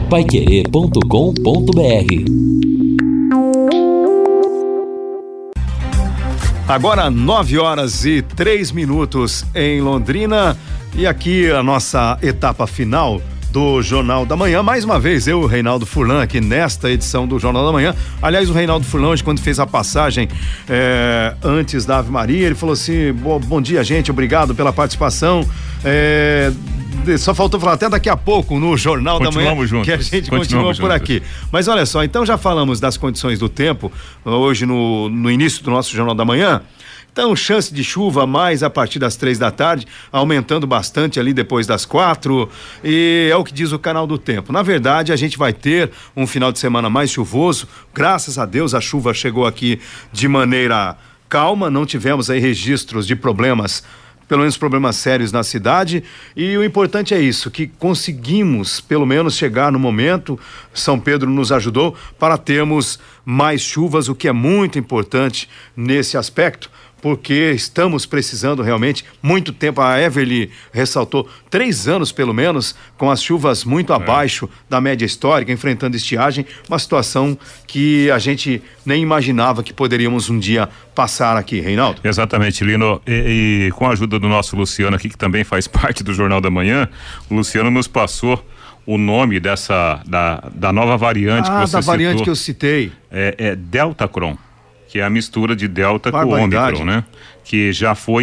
paiquerê.com.br. Agora 9h03 em Londrina, e aqui a nossa etapa final do Jornal da Manhã. Mais uma vez, eu, Reinaldo Furlan, aqui nesta edição do Jornal da Manhã. Aliás, o Reinaldo Furlan, hoje, quando fez a passagem antes da Ave Maria, ele falou assim: bom dia, gente, obrigado pela participação. Só faltou falar até daqui a pouco no Jornal da Manhã, juntos, que a gente continua por aqui. Mas olha só, então já falamos das condições do tempo hoje no início do nosso Jornal da Manhã. Então, chance de chuva mais a partir das 3 da tarde, aumentando bastante ali depois das 4, e é o que diz o Canal do Tempo. Na verdade, a gente vai ter um final de semana mais chuvoso. Graças a Deus, a chuva chegou aqui de maneira calma, não tivemos aí registros de problemas, pelo menos problemas sérios na cidade, e o importante é isso, que conseguimos pelo menos chegar no momento, São Pedro nos ajudou para termos mais chuvas, o que é muito importante nesse aspecto, porque estamos precisando realmente muito tempo. A Everly ressaltou 3 anos pelo menos com as chuvas muito abaixo da média histórica, enfrentando estiagem, uma situação que a gente nem imaginava que poderíamos um dia passar aqui, Reinaldo. Exatamente, Lino, e com a ajuda do nosso Luciano aqui, que também faz parte do Jornal da Manhã, o Luciano nos passou o nome da nova variante que você citou. Da variante que eu citei. É Deltacron, que é a mistura de Delta com Ômicron, né? Que já foi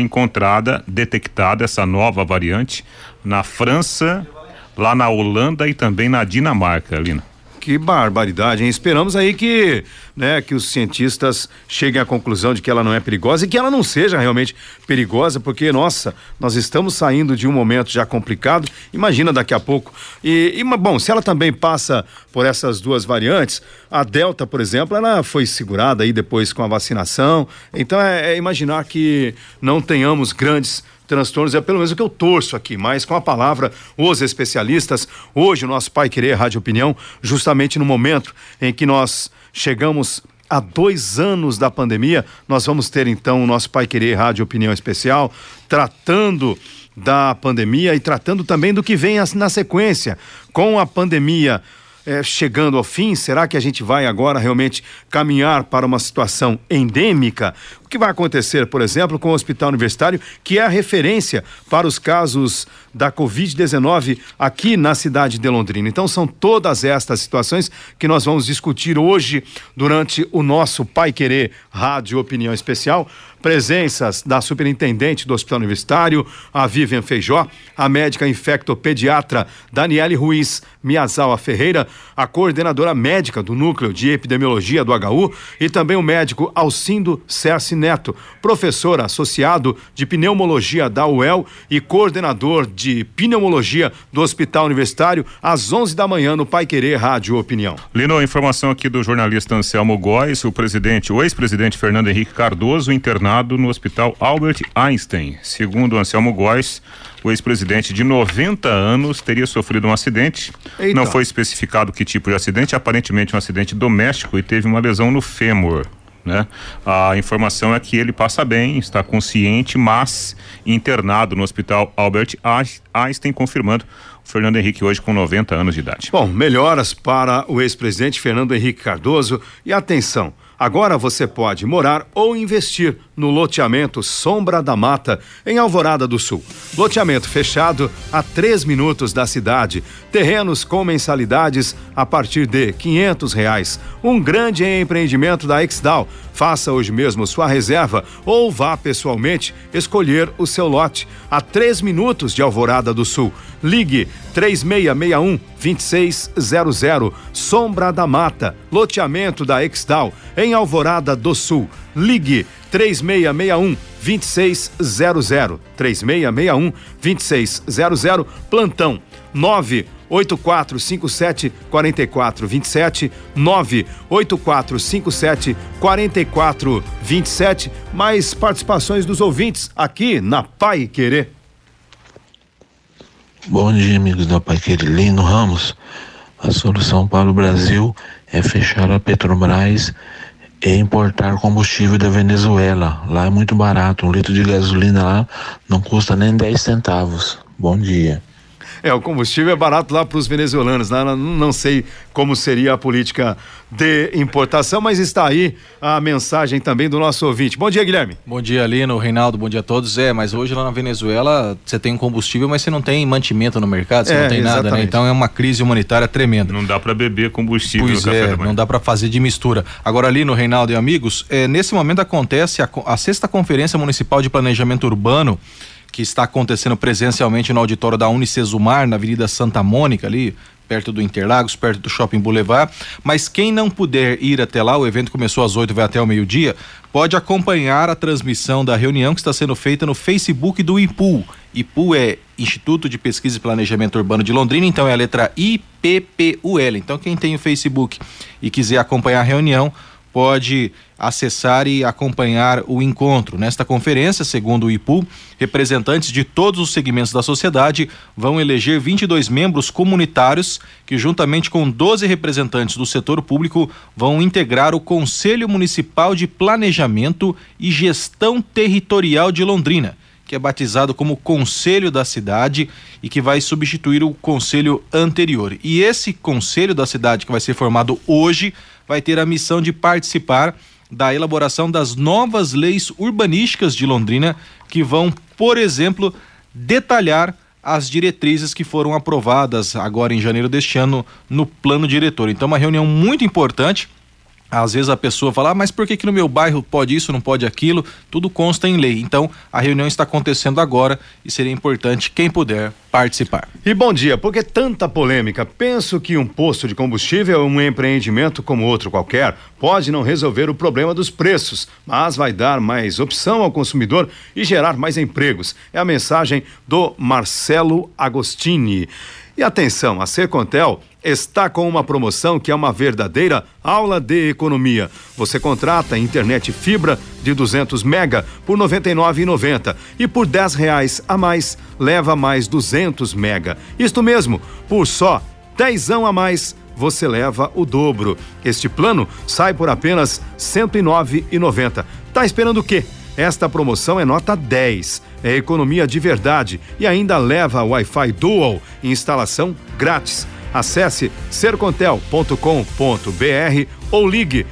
detectada essa nova variante na França, lá na Holanda e também na Dinamarca, Lina. Que barbaridade, hein? Esperamos aí que os cientistas cheguem à conclusão de que ela não é perigosa e que ela não seja realmente perigosa, porque, nossa, nós estamos saindo de um momento já complicado, imagina daqui a pouco. Bom, se ela também passa por essas duas variantes, a Delta, por exemplo, ela foi segurada aí depois com a vacinação, então é imaginar que não tenhamos grandes transtornos, é pelo menos o que eu torço aqui, mas com a palavra os especialistas. Hoje o nosso Pai Querer Rádio Opinião, justamente no momento em que nós chegamos a 2 anos da pandemia, nós vamos ter então o nosso Pai Querer Rádio Opinião Especial, tratando da pandemia e tratando também do que vem na sequência, com a pandemia chegando ao fim. Será que a gente vai agora realmente caminhar para uma situação endêmica? O que vai acontecer, por exemplo, com o Hospital Universitário, que é a referência para os casos da Covid-19 aqui na cidade de Londrina? Então são todas estas situações que nós vamos discutir hoje durante o nosso Pai Querer Rádio Opinião Especial. Presenças da superintendente do Hospital Universitário, a Vivian Feijó, a médica infectopediatra Daniele Ruiz Miyazawa Ferreira, a coordenadora médica do Núcleo de Epidemiologia do HU e também o médico Alcindo Cerci Neto, professor associado de pneumologia da UEL e coordenador de pneumologia do Hospital Universitário, às 11 da manhã no Pai Querer Rádio Opinião. Lino, informação aqui do jornalista Anselmo Góes, o ex-presidente Fernando Henrique Cardoso, internado no Hospital Albert Einstein. Segundo Anselmo Góes, o ex-presidente de 90 anos teria sofrido um acidente. Eita. Não foi especificado que tipo de acidente, aparentemente um acidente doméstico, e teve uma lesão no fêmur, né? A informação é que ele passa bem, está consciente, mas internado no Hospital Albert Einstein, confirmando o Fernando Henrique hoje com 90 anos de idade. Bom, melhoras para o ex-presidente Fernando Henrique Cardoso. E atenção, agora você pode morar ou investir no loteamento Sombra da Mata, em Alvorada do Sul. Loteamento fechado a 3 minutos da cidade. Terrenos com mensalidades a partir de R$500. Um grande empreendimento da Exdal. Faça hoje mesmo sua reserva ou vá pessoalmente escolher o seu lote. A 3 minutos de Alvorada do Sul. Ligue 3661-2600. Sombra da Mata, loteamento da Exdal, em Alvorada do Sul. Ligue 3661-2600. 3661-2600. Plantão 98457-4427. 98457-4427. Mais participações dos ouvintes aqui na Pai Querer. Bom dia, amigos da Pai Querer. Lino Ramos, a solução para o Brasil é fechar a Petrobras e importar combustível da Venezuela. Lá é muito barato, 1 litro de gasolina lá não custa nem 10 centavos. Bom dia. O combustível é barato lá para os venezuelanos, né? Não sei como seria a política de importação, mas está aí a mensagem também do nosso ouvinte. Bom dia, Guilherme. Bom dia, Lino, Reinaldo, bom dia a todos. Mas hoje lá na Venezuela você tem combustível, mas você não tem mantimento no mercado, você não tem nada, né? Então é uma crise humanitária tremenda. Não dá para beber combustível no café da manhã. Não dá para fazer de mistura. Agora, Lino, Reinaldo e amigos, nesse momento acontece a 6ª Conferência Municipal de Planejamento Urbano, que está acontecendo presencialmente no auditório da Unicesumar, na Avenida Santa Mônica, ali perto do Interlagos, perto do Shopping Boulevard. Mas quem não puder ir até lá, o evento começou às 8h, vai até o meio-dia, pode acompanhar a transmissão da reunião que está sendo feita no Facebook do IPUL. IPUL é Instituto de Pesquisa e Planejamento Urbano de Londrina, então é a letra IPPUL. Então quem tem o Facebook e quiser acompanhar a reunião, pode acessar e acompanhar o encontro. Nesta conferência, segundo o IPUL, representantes de todos os segmentos da sociedade vão eleger 22 membros comunitários que, juntamente com 12 representantes do setor público, vão integrar o Conselho Municipal de Planejamento e Gestão Territorial de Londrina, que é batizado como Conselho da Cidade e que vai substituir o conselho anterior. E esse Conselho da Cidade, que vai ser formado hoje, vai ter a missão de participar da elaboração das novas leis urbanísticas de Londrina, que vão, por exemplo, detalhar as diretrizes que foram aprovadas agora em janeiro deste ano no plano diretor. Então, uma reunião muito importante. Às vezes a pessoa fala, mas por que no meu bairro pode isso, não pode aquilo? Tudo consta em lei. Então, a reunião está acontecendo agora e seria importante quem puder participar. E bom dia, por que tanta polêmica? Penso que um posto de combustível, um empreendimento como outro qualquer, pode não resolver o problema dos preços, mas vai dar mais opção ao consumidor e gerar mais empregos. É a mensagem do Marcelo Agostini. E atenção, a Sercontel está com uma promoção que é uma verdadeira aula de economia. Você contrata internet fibra de 200 mega por R$ 99,90 e por R$10 a mais leva mais 200 mega. Isto mesmo, por só R$10 a mais você leva o dobro. Este plano sai por apenas R$ 109,90. Tá esperando o quê? Esta promoção é nota 10, é economia de verdade e ainda leva Wi-Fi Dual e instalação grátis. Acesse sercontel.com.br ou ligue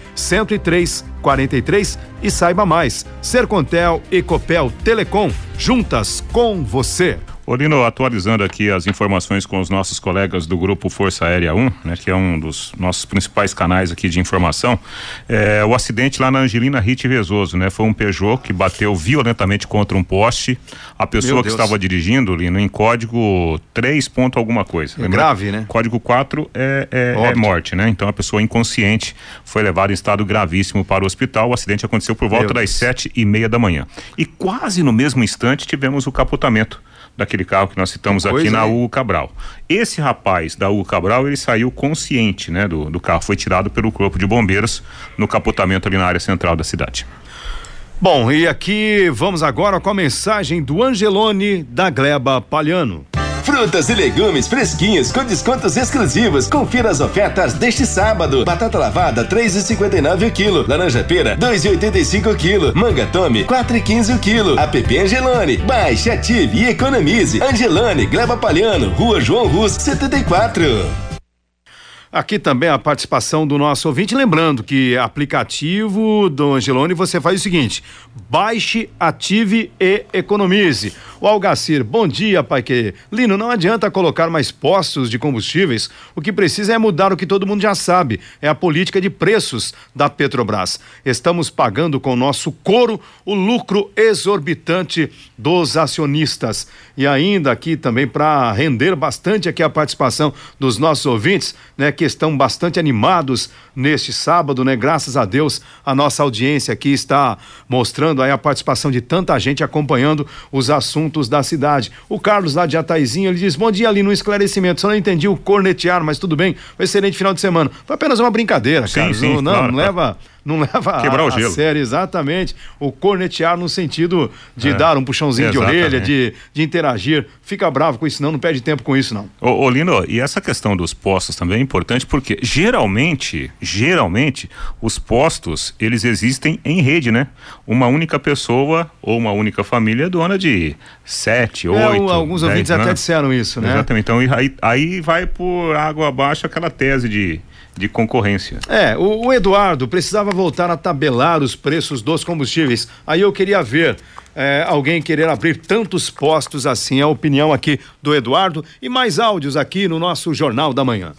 10343 e saiba mais. Sercontel e Copel Telecom, juntas com você. Lino, atualizando aqui as informações com os nossos colegas do Grupo Força Aérea 1, né, que é um dos nossos principais canais aqui de informação, o acidente lá na Angelina Rite Vezoso, né? Foi um Peugeot que bateu violentamente contra um poste, a pessoa que estava dirigindo, Lino, em código 3 ponto alguma coisa. É grave, né? Código 4 é morte, né? Então a pessoa inconsciente foi levada em estado gravíssimo para o hospital. O acidente aconteceu por volta das 7h30 da manhã. E quase no mesmo instante tivemos o capotamento daquele carro que nós citamos aqui na Hugo Cabral. Esse rapaz da Hugo Cabral, ele saiu consciente, né, do carro, foi tirado pelo corpo de bombeiros no capotamento ali na área central da cidade. Bom, e aqui vamos agora com a mensagem do Angelone da Gleba Palhano. Frutas e legumes fresquinhos com descontos exclusivos. Confira as ofertas deste sábado. Batata lavada 3,59 o quilo. Laranja pera 2,85 o quilo. Manga tome 4,15 o quilo. App Angelone. Baixe, ative e economize. Angelone, Gleba Palhano, Rua João Rus, 74. Aqui também a participação do nosso ouvinte, lembrando que aplicativo do Angelone você faz o seguinte: baixe, ative e economize. O Algacir, bom dia, pai querido. Lino, não adianta colocar mais postos de combustíveis, o que precisa é mudar o que todo mundo já sabe, é a política de preços da Petrobras. Estamos pagando com o nosso couro o lucro exorbitante dos acionistas. E ainda aqui também para render bastante aqui a participação dos nossos ouvintes, né, que estão bastante animados neste sábado, né? Graças a Deus, a nossa audiência aqui está mostrando aí a participação de tanta gente acompanhando os assuntos da cidade. O Carlos lá de Ataizinho, ele diz: bom dia, ali no esclarecimento, só não entendi o cornetear, mas tudo bem, um excelente final de semana. Foi apenas uma brincadeira, Carlos. Sim, não, claro, não leva não leva Quebrar o a gelo. sério, exatamente, o cornetear no sentido de dar um puxãozinho de orelha, de interagir. Fica bravo com isso não perde tempo com isso não. Ô Lino, e essa questão dos postos também é importante porque geralmente, os postos, eles existem em rede, né? Uma única pessoa ou uma única família é dona de 7, 8, alguns 10, ouvintes até disseram isso, né? Exatamente, então aí vai por água abaixo aquela tese de concorrência. O Eduardo precisava voltar a tabelar os preços dos combustíveis. Aí eu queria ver alguém querer abrir tantos postos assim. A opinião aqui do Eduardo e mais áudios aqui no nosso Jornal da Manhã.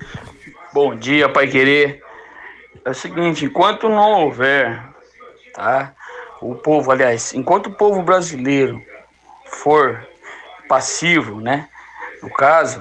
Bom dia, Pai Querer. É o seguinte, enquanto não houver, tá? Enquanto o povo brasileiro for passivo, né? No caso,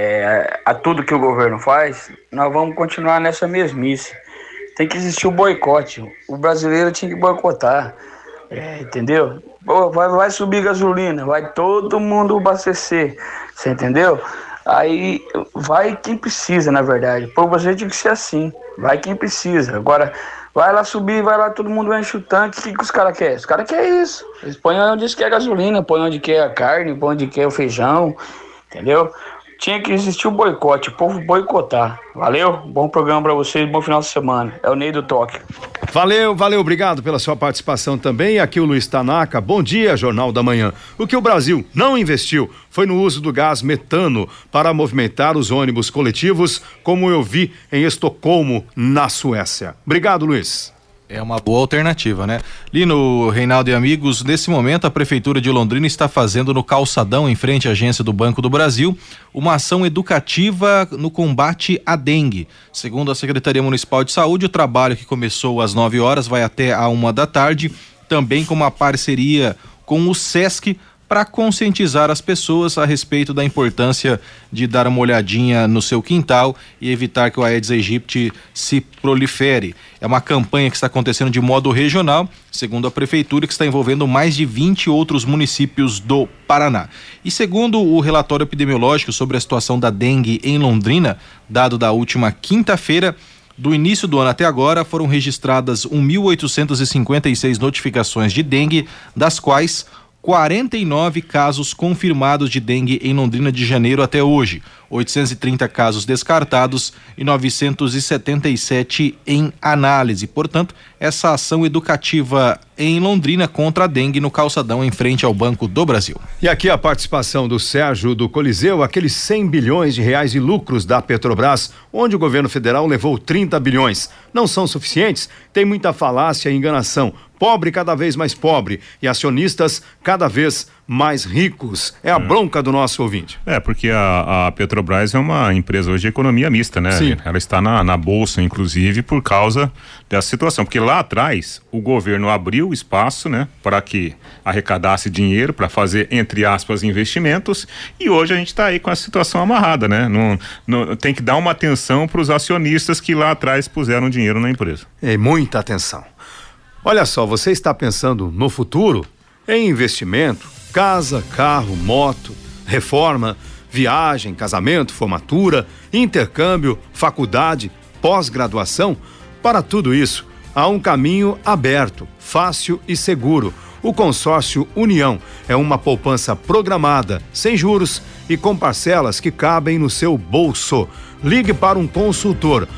a tudo que o governo faz, nós vamos continuar nessa mesmice. Tem que existir o boicote. O brasileiro tinha que boicotar. Entendeu? Vai subir gasolina, vai todo mundo abastecer. Você entendeu? Aí vai quem precisa, na verdade. Por você tinha que ser assim. Vai quem precisa. Agora, vai lá subir, vai lá, todo mundo enche o tanque. O que os caras querem? Os caras querem isso. Eles põem onde quer gasolina, põem onde quer a carne, põem onde quer o feijão. Entendeu? Tinha que existir o boicote, o povo boicotar. Valeu? Bom programa pra vocês, bom final de semana. É o Ney do Toque. Valeu, obrigado pela sua participação também. E aqui o Luiz Tanaka, bom dia, Jornal da Manhã. O que o Brasil não investiu foi no uso do gás metano para movimentar os ônibus coletivos, como eu vi em Estocolmo, na Suécia. Obrigado, Luiz. É uma boa alternativa, né? Lino, Reinaldo e amigos, nesse momento a Prefeitura de Londrina está fazendo no calçadão, em frente à agência do Banco do Brasil, uma ação educativa no combate à dengue. Segundo a Secretaria Municipal de Saúde, o trabalho que começou às 9 horas vai até à 1 da tarde, também com uma parceria com o SESC, para conscientizar as pessoas a respeito da importância de dar uma olhadinha no seu quintal e evitar que o Aedes aegypti se prolifere. É uma campanha que está acontecendo de modo regional, segundo a Prefeitura, que está envolvendo mais de 20 outros municípios do Paraná. E segundo o relatório epidemiológico sobre a situação da dengue em Londrina, dado da última quinta-feira, do início do ano até agora foram registradas 1.856 notificações de dengue, das quais 49 casos confirmados de dengue em Londrina de janeiro até hoje, 830 casos descartados e 977 em análise. Portanto, essa ação educativa em Londrina contra a dengue no calçadão em frente ao Banco do Brasil. E aqui a participação do Sérgio do Coliseu, aqueles 100 bilhões de reais de lucros da Petrobras, onde o governo federal levou 30 bilhões. Não são suficientes? Tem muita falácia e enganação. Pobre cada vez mais pobre e acionistas cada vez mais ricos. É a bronca do nosso ouvinte. Porque a Petrobras é uma empresa hoje de economia mista, né? Sim. Ela está na bolsa, inclusive, por causa dessa situação. Porque lá atrás, o governo abriu espaço, né? Para que arrecadasse dinheiro para fazer, entre aspas, investimentos, e hoje a gente está aí com a situação amarrada, né? Tem que dar uma atenção para os acionistas que lá atrás puseram dinheiro na empresa. Muita atenção. Olha só, você está pensando no futuro? Em investimento, casa, carro, moto, reforma, viagem, casamento, formatura, intercâmbio, faculdade, pós-graduação? Para tudo isso, há um caminho aberto, fácil e seguro. O consórcio União é uma poupança programada, sem juros e com parcelas que cabem no seu bolso. Ligue para um consultor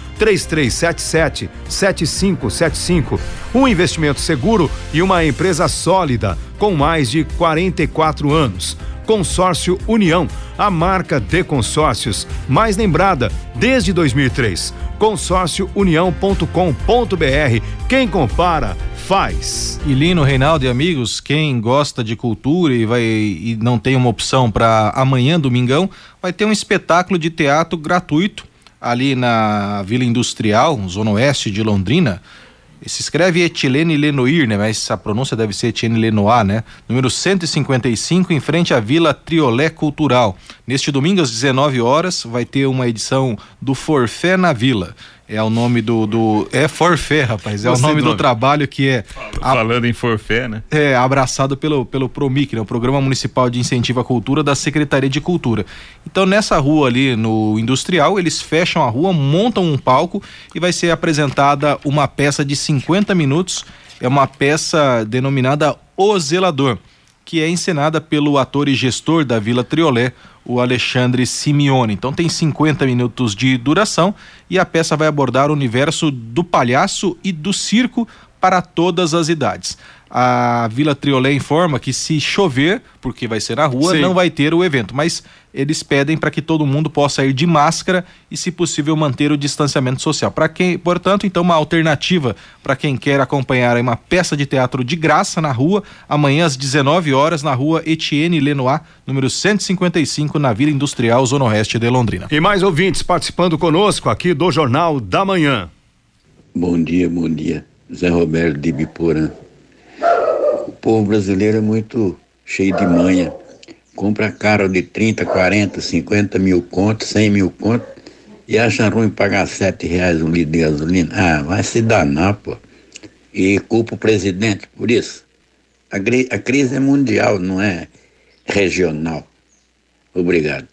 3377-7575. Um investimento seguro e uma empresa sólida com mais de 44 anos. Consórcio União, a marca de consórcios mais lembrada desde 2003. consórciounião.com.br. Quem compara, faz. E Lino, Reinaldo e amigos, quem gosta de cultura e não tem uma opção para amanhã, domingão, vai ter um espetáculo de teatro gratuito ali na Vila Industrial, zona oeste de Londrina. Se escreve Etienne Lenoir, né? Mas a pronúncia deve ser Etienne Lenoir, né? Número 155, em frente à Vila Triolé Cultural. Neste domingo, às 19 horas, vai ter uma edição do Forfé na Vila. É o nome é forfé, rapaz. É o nome do trabalho que é... Falando em forfé, né? É, abraçado pelo PROMIC, né? O Programa Municipal de Incentivo à Cultura da Secretaria de Cultura. Então, nessa rua ali, no Industrial, eles fecham a rua, montam um palco e vai ser apresentada uma peça de 50 minutos. É uma peça denominada O Zelador, que é encenada pelo ator e gestor da Vila Triolé, o Alexandre Simeone. Então tem 50 minutos de duração e a peça vai abordar o universo do palhaço e do circo para todas as idades. A Vila Triolé informa que se chover, porque vai ser na rua, não vai ter o evento, mas eles pedem para que todo mundo possa ir de máscara e, se possível, manter o distanciamento social. Portanto, então, uma alternativa para quem quer acompanhar uma peça de teatro de graça na rua, amanhã às 19 horas, na rua Etienne Lenoir, número 155, na Vila Industrial, Zona Oeste de Londrina. E mais ouvintes participando conosco aqui do Jornal da Manhã. Bom dia. Zé Roberto de Biporã. O povo brasileiro é muito cheio de manha. Compra carro de 30, 40, 50 mil contos, 100 mil contos e acha ruim pagar R$7 um litro de gasolina. Ah, vai se danar, pô. E culpa o presidente por isso. A crise é mundial, não é regional. Obrigado.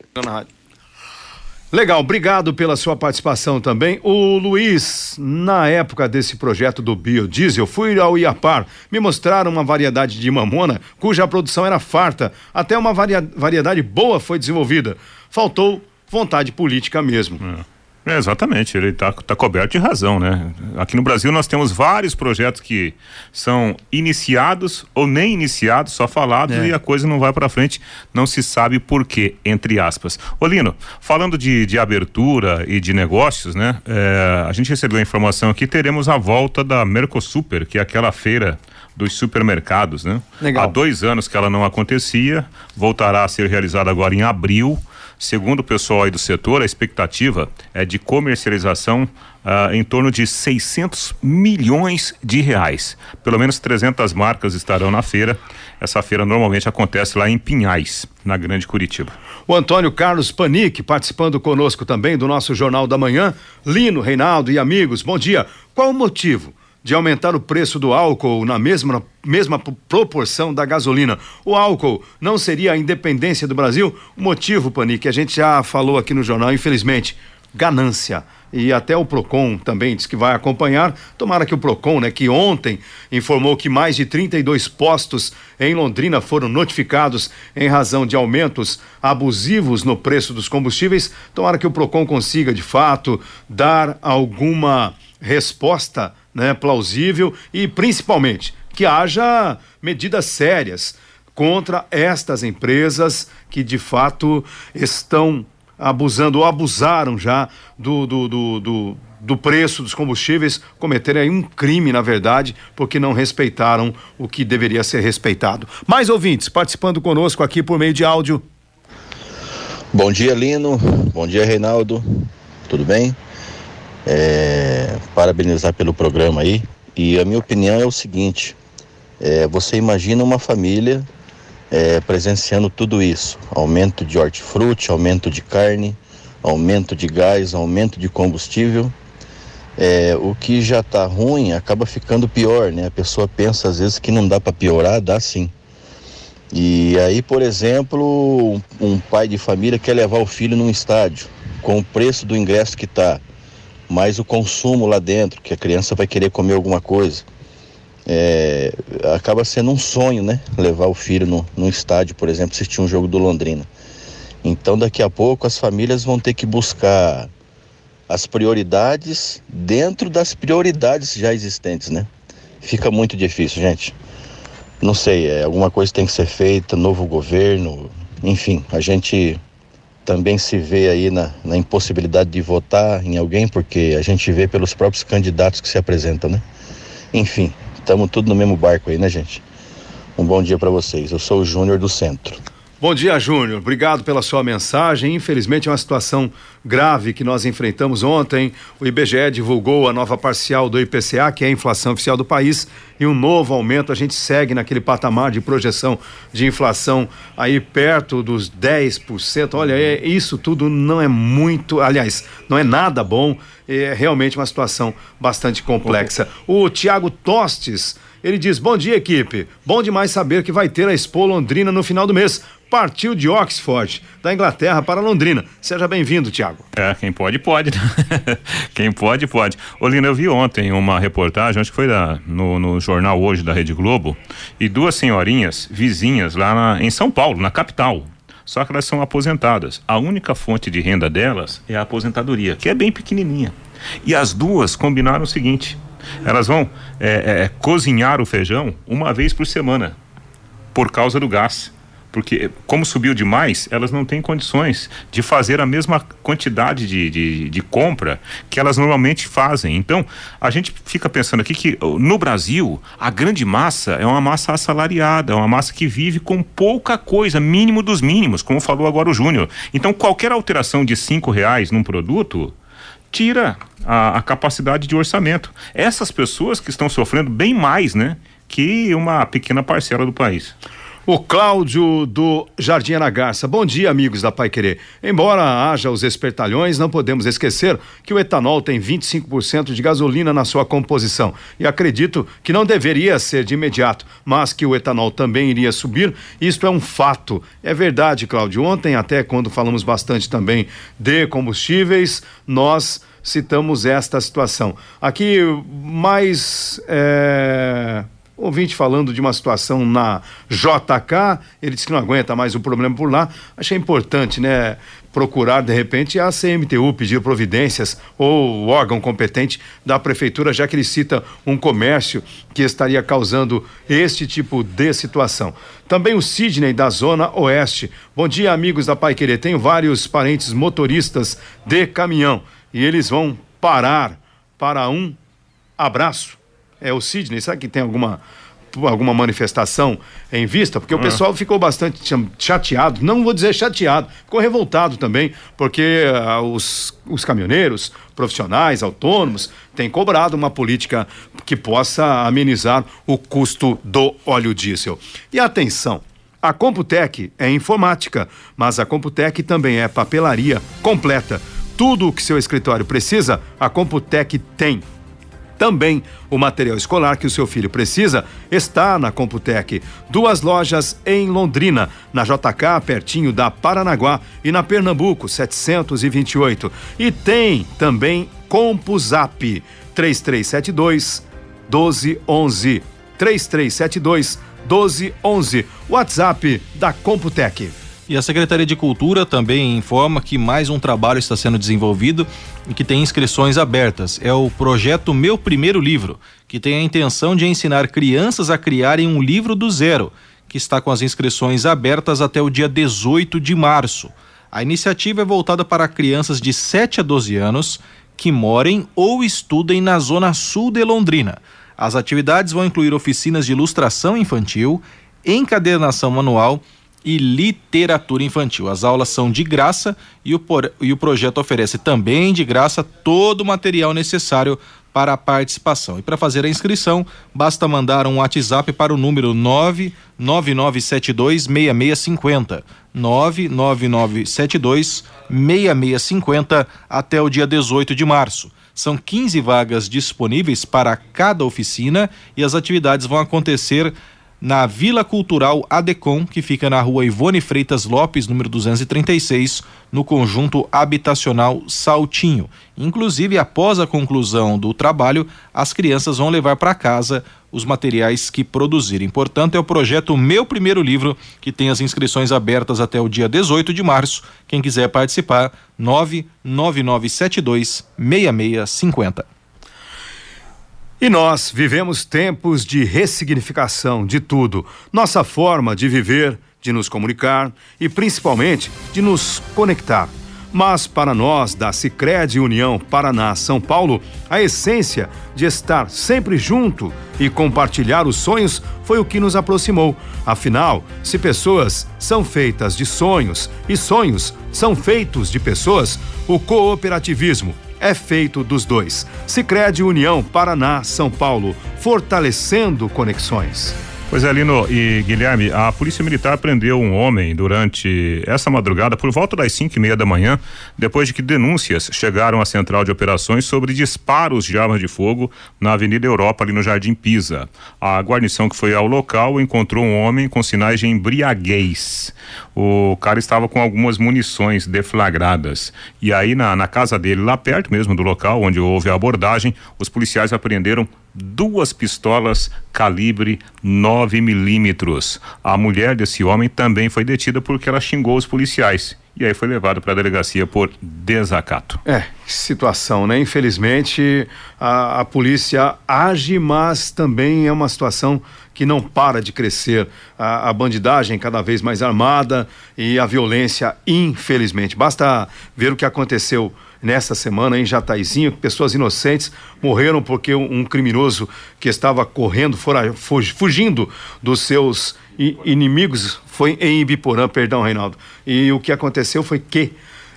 Legal, obrigado pela sua participação também. O Luiz, na época desse projeto do biodiesel, fui ao Iapar, me mostraram uma variedade de mamona cuja produção era farta, até uma variedade boa foi desenvolvida. Faltou vontade política mesmo. Exatamente, ele tá coberto de razão, né? Aqui no Brasil nós temos vários projetos que são iniciados ou nem iniciados, só falados, e a coisa não vai para frente, não se sabe por quê, entre aspas. Ô Lino, falando de abertura e de negócios, né? A gente recebeu a informação aqui, teremos a volta da Mercosuper, que é aquela feira dos supermercados, né? Legal. Há 2 anos que ela não acontecia, voltará a ser realizada agora em abril. Segundo o pessoal aí do setor, a expectativa é de comercialização em torno de R$600 milhões. Pelo menos 300 marcas estarão na feira. Essa feira normalmente acontece lá em Pinhais, na Grande Curitiba. O Antônio Carlos Panic participando conosco também do nosso Jornal da Manhã. Lino, Reinaldo e amigos, bom dia. Qual o motivo de aumentar o preço do álcool na mesma proporção da gasolina? O álcool não seria a independência do Brasil? O motivo, Panic, a gente já falou aqui no jornal, infelizmente, ganância. E até o Procon também diz que vai acompanhar. Tomara que o Procon, né, que ontem informou que mais de 32 postos em Londrina foram notificados em razão de aumentos abusivos no preço dos combustíveis. Tomara que o Procon consiga, de fato, dar alguma resposta, né, plausível e principalmente que haja medidas sérias contra estas empresas que de fato estão abusando ou abusaram já do preço dos combustíveis, cometeram aí um crime, na verdade, porque não respeitaram o que deveria ser respeitado. Mais ouvintes participando conosco aqui por meio de áudio. Bom dia, Lino. Bom dia, Reinaldo. Tudo bem? Parabenizar pelo programa aí. E a minha opinião é o seguinte: você imagina uma família presenciando tudo isso: aumento de hortifruti, aumento de carne, aumento de gás, aumento de combustível. O que já está ruim acaba ficando pior, né? A pessoa pensa às vezes que não dá para piorar, dá sim. E aí, por exemplo, um pai de família quer levar o filho num estádio, com o preço do ingresso que está, mais o consumo lá dentro, que a criança vai querer comer alguma coisa. Acaba sendo um sonho, né? Levar o filho num estádio, por exemplo, assistir um jogo do Londrina. Então, daqui a pouco, as famílias vão ter que buscar as prioridades dentro das prioridades já existentes, né? Fica muito difícil, gente. Não sei, alguma coisa tem que ser feita, novo governo, enfim, a gente também se vê aí na impossibilidade de votar em alguém, porque a gente vê pelos próprios candidatos que se apresentam, né? Enfim, estamos tudo no mesmo barco aí, né, gente? Um bom dia para vocês. Eu sou o Júnior do Centro. Bom dia, Júnior. Obrigado pela sua mensagem. Infelizmente é uma situação grave que nós enfrentamos ontem. O IBGE divulgou a nova parcial do IPCA, que é a inflação oficial do país, e um novo aumento. A gente segue naquele patamar de projeção de inflação aí perto dos 10%. Olha, isso tudo não é muito, aliás, não é nada bom. É realmente uma situação bastante complexa. O Tiago Tostes, ele diz: bom dia, equipe. Bom demais saber que vai ter a Expo Londrina no final do mês. Partiu de Oxford, da Inglaterra para Londrina. Seja bem-vindo, Tiago. Quem pode, pode. Quem pode, pode. Ô, Lina, eu vi ontem uma reportagem, acho que foi no jornal Hoje da Rede Globo, e duas senhorinhas vizinhas lá em São Paulo, na capital. Só que elas são aposentadas. A única fonte de renda delas é a aposentadoria, que é bem pequenininha. E as duas combinaram o seguinte: elas vão cozinhar o feijão uma vez por semana, por causa do gás. Porque, como subiu demais, elas não têm condições de fazer a mesma quantidade de compra que elas normalmente fazem. Então, a gente fica pensando aqui que no Brasil, a grande massa é uma massa assalariada, é uma massa que vive com pouca coisa, mínimo dos mínimos, como falou agora o Júnior. Então, qualquer alteração de R$5 num produto tira a capacidade de orçamento. Essas pessoas que estão sofrendo bem mais, né, que uma pequena parcela do país. O Cláudio do Jardim Ana Garça. Bom dia, amigos da Paiquerê. Embora haja os espertalhões, não podemos esquecer que o etanol tem 25% de gasolina na sua composição. E acredito que não deveria ser de imediato, mas que o etanol também iria subir. Isto é um fato. É verdade, Cláudio. Ontem, até quando falamos bastante também de combustíveis, nós citamos esta situação. Aqui, mais ouvinte falando de uma situação na JK, ele disse que não aguenta mais o problema por lá. Achei importante, né, procurar de repente a CMTU, pedir providências ou o órgão competente da prefeitura, já que ele cita um comércio que estaria causando este tipo de situação. Também o Sidney da Zona Oeste. Bom dia, amigos da Paiquerê. Tenho vários parentes motoristas de caminhão e eles vão parar para um abraço. É o Sidney, será que tem alguma manifestação em vista? Porque o pessoal ficou bastante chateado, não vou dizer chateado, ficou revoltado também, porque os caminhoneiros, profissionais, autônomos, têm cobrado uma política que possa amenizar o custo do óleo diesel. E atenção, a Computec é informática, mas a Computec também é papelaria completa. Tudo o que seu escritório precisa, a Computec tem. Também o material escolar que o seu filho precisa está na Computec. 2 lojas em Londrina, na JK, pertinho da Paranaguá, e na Pernambuco, 728. E tem também CompuZap, 3372-1211. 3372-1211. WhatsApp da Computec. E a Secretaria de Cultura também informa que mais um trabalho está sendo desenvolvido e que tem inscrições abertas. É o projeto Meu Primeiro Livro, que tem a intenção de ensinar crianças a criarem um livro do zero, que está com as inscrições abertas até o dia 18 de março. A iniciativa é voltada para crianças de 7 a 12 anos que morem ou estudem na zona sul de Londrina. As atividades vão incluir oficinas de ilustração infantil, encadernação manual e literatura infantil. As aulas são de graça e o projeto oferece também de graça todo o material necessário para a participação. E para fazer a inscrição, basta mandar um WhatsApp para o número 99972-6650. 99972-6650 até o dia 18 de março. São 15 vagas disponíveis para cada oficina e as atividades vão acontecer na Vila Cultural Adecom, que fica na rua Ivone Freitas Lopes, número 236, no conjunto habitacional Saltinho. Inclusive, após a conclusão do trabalho, as crianças vão levar para casa os materiais que produzirem. Portanto, é o projeto Meu Primeiro Livro, que tem as inscrições abertas até o dia 18 de março. Quem quiser participar, 99972-6650. E nós vivemos tempos de ressignificação de tudo. Nossa forma de viver, de nos comunicar e principalmente de nos conectar. Mas para nós da Sicredi União Paraná São Paulo, a essência de estar sempre junto e compartilhar os sonhos foi o que nos aproximou. Afinal, se pessoas são feitas de sonhos e sonhos são feitos de pessoas, o cooperativismo é feito dos dois. Sicredi União Paraná São Paulo, fortalecendo conexões. Pois é, Lino e Guilherme, a Polícia Militar prendeu um homem durante essa madrugada por volta das 5:30 da manhã, depois de que denúncias chegaram à Central de Operações sobre disparos de armas de fogo na Avenida Europa, ali no Jardim Pisa. A guarnição que foi ao local encontrou um homem com sinais de embriaguez. O cara estava com algumas munições deflagradas. E aí na casa dele, lá perto mesmo do local onde houve a abordagem, os policiais apreenderam 2 pistolas calibre 9mm. A mulher desse homem também foi detida porque ela xingou os policiais. E aí foi levado para a delegacia por desacato. Que situação, né? Infelizmente, a polícia age, mas também é uma situação que não para de crescer. A bandidagem cada vez mais armada e a violência, infelizmente. Basta ver o que aconteceu nesta semana em Jataizinho, que pessoas inocentes morreram porque um criminoso que estava correndo, fugindo dos seus inimigos, foi em Ibiporã, perdão, Reinaldo. E o que aconteceu foi que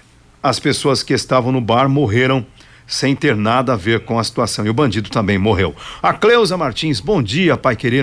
as pessoas que estavam no bar morreram sem ter nada a ver com a situação. E o bandido também morreu. A Cleusa Martins, bom dia, Paiquerê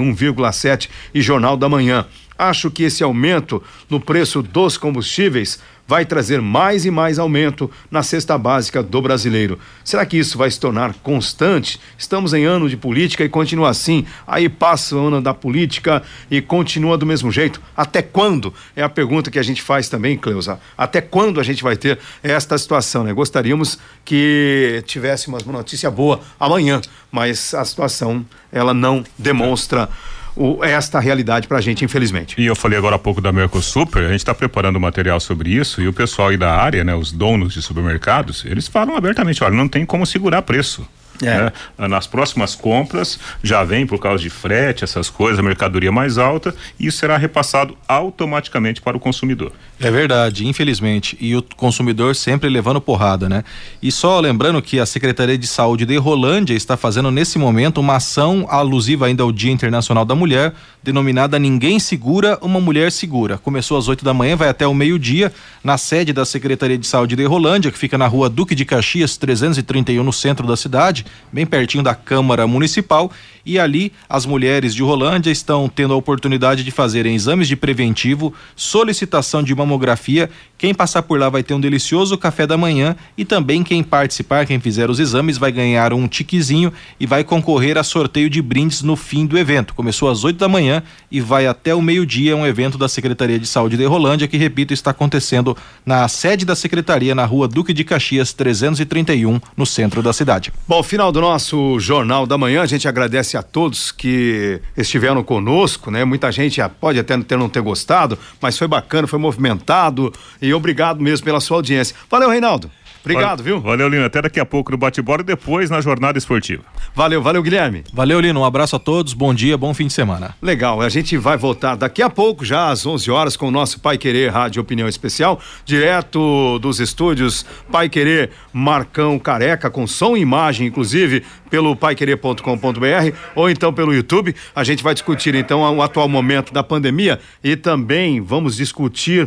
91,7 e Jornal da Manhã. Acho que esse aumento no preço dos combustíveis vai trazer mais e mais aumento na cesta básica do brasileiro. Será que isso vai se tornar constante? Estamos em ano de política e continua assim. Aí passa o ano da política e continua do mesmo jeito. Até quando? É a pergunta que a gente faz também, Cleusa. Até quando a gente vai ter esta situação, né? Gostaríamos que tivéssemos uma notícia boa amanhã, mas a situação, ela não demonstra esta realidade pra gente, infelizmente. E eu falei agora há pouco da Mercosuper, a gente está preparando material sobre isso e o pessoal aí da área, né, os donos de supermercados, eles falam abertamente, olha, não tem como segurar preço. Né? Nas próximas compras já vem por causa de frete, essas coisas, a mercadoria mais alta, e isso será repassado automaticamente para o consumidor. É verdade, infelizmente, e o consumidor sempre levando porrada, né? E só lembrando que a Secretaria de Saúde de Rolândia está fazendo nesse momento uma ação alusiva ainda ao Dia Internacional da Mulher, denominada Ninguém Segura, Uma Mulher Segura. Começou às 8 da manhã, vai até o meio-dia, na sede da Secretaria de Saúde de Rolândia, que fica na rua Duque de Caxias, 331, no centro da cidade, bem pertinho da Câmara Municipal, e ali as mulheres de Rolândia estão tendo a oportunidade de fazerem exames de preventivo, solicitação de mamografia. Quem passar por lá vai ter um delicioso café da manhã e também quem participar, quem fizer os exames, vai ganhar um tiquezinho e vai concorrer a sorteio de brindes no fim do evento. Começou às 8 da manhã e vai até o meio-dia, um evento da Secretaria de Saúde de Rolândia, que, repito, está acontecendo na sede da Secretaria, na rua Duque de Caxias, 331, no centro da cidade. Bom, final do nosso Jornal da Manhã, a gente agradece a todos que estiveram conosco, né? Muita gente pode até não ter gostado, mas foi bacana, foi movimentado, e obrigado mesmo pela sua audiência. Valeu, Reinaldo. Obrigado, viu? Valeu, Lino. Até daqui a pouco no bate-bola e depois na jornada esportiva. Valeu, Guilherme. Valeu, Lino. Um abraço a todos, bom dia, bom fim de semana. Legal, a gente vai voltar daqui a pouco, já às 11 horas, com o nosso Paiquerê Rádio Opinião Especial, direto dos estúdios Paiquerê Marcão Careca, com som e imagem, inclusive, pelo paiquerê.com.br ou então pelo YouTube. A gente vai discutir, então, o atual momento da pandemia e também vamos discutir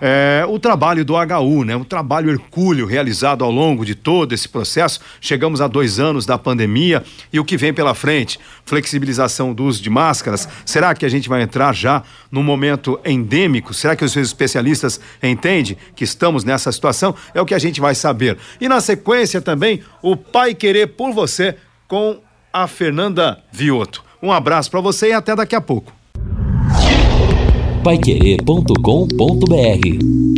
o trabalho do HU, né? Um trabalho hercúleo realizado ao longo de todo esse processo. Chegamos a 2 anos da pandemia e o que vem pela frente? Flexibilização do uso de máscaras. Será que a gente vai entrar já num momento endêmico? Será que os especialistas entendem que estamos nessa situação? É o que a gente vai saber. E na sequência também, o Paiquerê por você com a Fernanda Vioto. Um abraço para você e até daqui a pouco. Paiquerê.com.br